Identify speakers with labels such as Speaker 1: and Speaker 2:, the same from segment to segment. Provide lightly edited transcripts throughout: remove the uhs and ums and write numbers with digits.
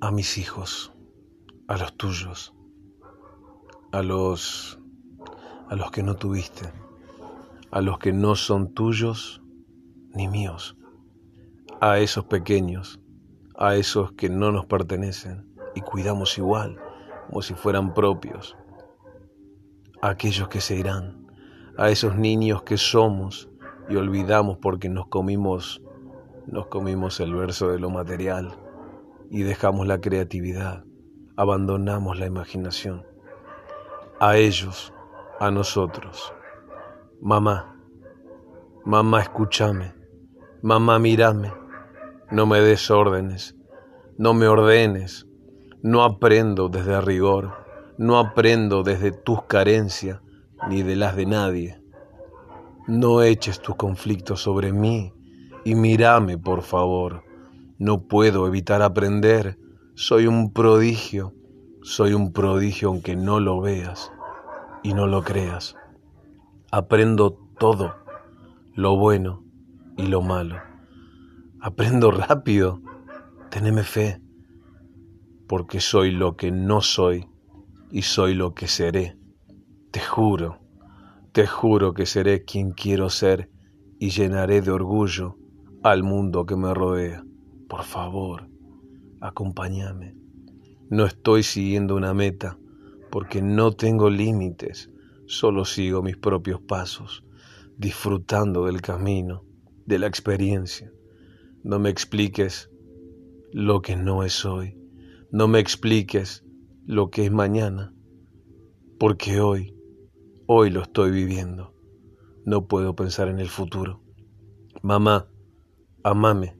Speaker 1: a mis hijos, a los tuyos, a los que no tuviste, a los que no son tuyos ni míos, a esos pequeños, a esos que no nos pertenecen y cuidamos igual, como si fueran propios, a aquellos que se irán, a esos niños que somos y olvidamos porque nos comimos el verso de lo material y dejamos la creatividad, abandonamos la imaginación. A ellos, a nosotros. Mamá, mamá, escúchame. Mamá, mírame. No me des órdenes, no me ordenes. No aprendo desde rigor, no aprendo desde tus carencias ni de las de nadie. No eches tus conflictos sobre mí y mírame, por favor. No puedo evitar aprender. Soy un prodigio aunque no lo veas y no lo creas. Aprendo todo, lo bueno y lo malo. Aprendo rápido, teneme fe, porque soy lo que no soy y soy lo que seré. Te juro que seré quien quiero ser y llenaré de orgullo al mundo que me rodea. Por favor, acompáñame. No estoy siguiendo una meta porque no tengo límites, solo sigo mis propios pasos, disfrutando del camino, de la experiencia. No me expliques lo que no es hoy, no me expliques lo que es mañana, porque hoy lo estoy viviendo. No puedo pensar en el futuro. Mamá, amame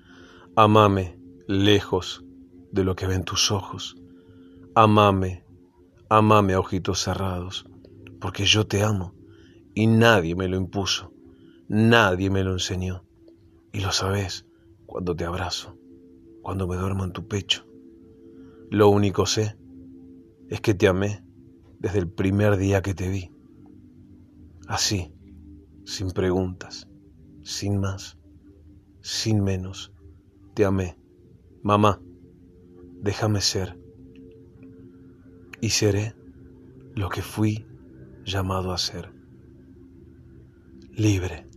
Speaker 1: lejos de lo que ven tus ojos. Amame a ojitos cerrados, porque yo te amo y nadie me lo impuso, nadie me lo enseñó. Y lo sabes cuando te abrazo, cuando me duermo en tu pecho. Lo único sé es que te amé desde el primer día que te vi. Así, sin preguntas, sin más, sin menos, te amé. Mamá, déjame ser y seré lo que fui llamado a ser. Libre.